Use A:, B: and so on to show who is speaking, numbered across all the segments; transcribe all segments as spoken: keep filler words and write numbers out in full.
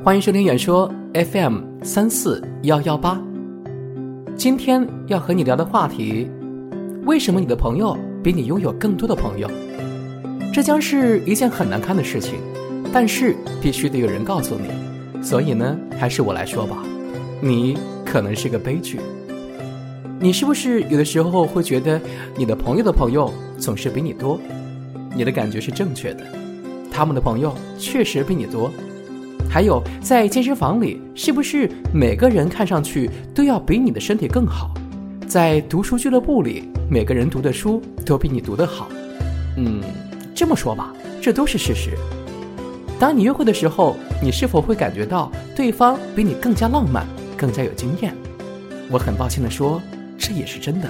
A: 欢迎收听远说 F M 三四一一八。今天要和你聊的话题，为什么你的朋友比你拥有更多的朋友？这将是一件很难堪的事情，但是必须得有人告诉你，所以呢，还是我来说吧。你可能是个悲剧。你是不是有的时候会觉得你的朋友的朋友总是比你多？你的感觉是正确的，他们的朋友确实比你多。还有在健身房里，是不是每个人看上去都要比你的身体更好？在读书俱乐部里，每个人读的书都比你读得好。嗯，这么说吧，这都是事实。当你约会的时候，你是否会感觉到对方比你更加浪漫，更加有经验？我很抱歉地说，这也是真的。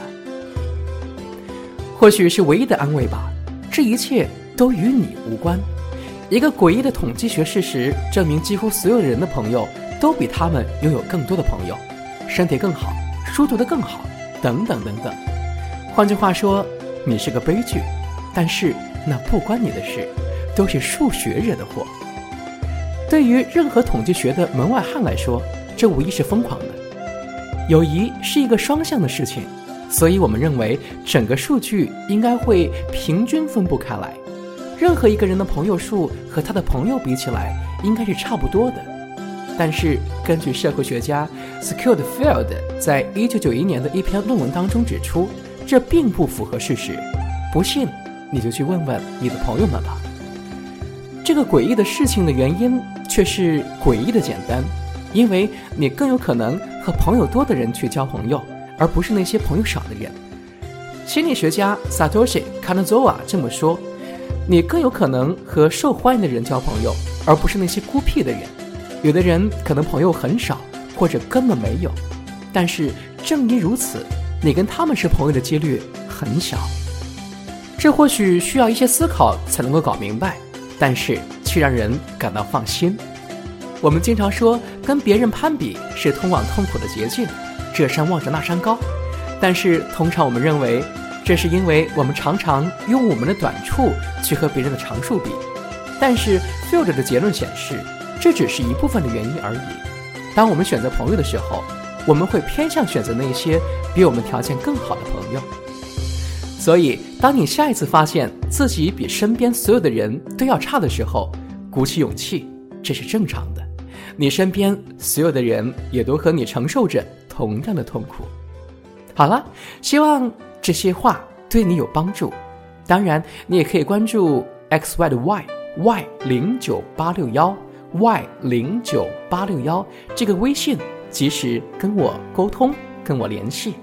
A: 或许是唯一的安慰吧，这一切都与你无关。一个诡异的统计学事实证明，几乎所有人的朋友都比他们拥有更多的朋友，身体更好，书读得更好，等等等等。换句话说，你是个悲剧，但是那不关你的事，都是数学惹的祸。对于任何统计学的门外汉来说，这无疑是疯狂的。友谊是一个双向的事情，所以我们认为整个数据应该会平均分布开来。任何一个人的朋友数和他的朋友比起来应该是差不多的，但是根据社会学家 Schofield 在一九九一年的一篇论文当中指出，这并不符合事实。不信你就去问问你的朋友们吧。这个诡异的事情的原因却是诡异的简单，因为你更有可能和朋友多的人去交朋友，而不是那些朋友少的人。心理学家 Satoshi Kanazawa 这么说，你更有可能和受欢迎的人交朋友，而不是那些孤僻的人。有的人可能朋友很少，或者根本没有，但是正因如此，你跟他们是朋友的几率很小。这或许需要一些思考才能够搞明白，但是却让人感到放心。我们经常说，跟别人攀比是通往痛苦的捷径，这山望着那山高。但是通常我们认为，这是因为我们常常用我们的短处去和别人的长处比。但是 Field 的结论显示，这只是一部分的原因而已。当我们选择朋友的时候，我们会偏向选择那些比我们条件更好的朋友。所以当你下一次发现自己比身边所有的人都要差的时候，鼓起勇气，这是正常的。你身边所有的人也都和你承受着同样的痛苦。好了，希望这些话对你有帮助。当然你也可以关注 X Y 的 Y Y 零九八六一 Y 零九八六一 这个微信，及时跟我沟通，跟我联系。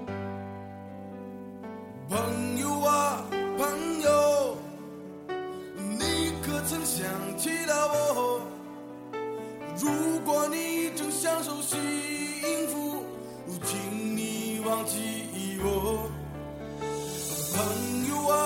B: 朋友啊朋友，你可曾想起了我？如果你正享受幸福，请你忘记我。朋友啊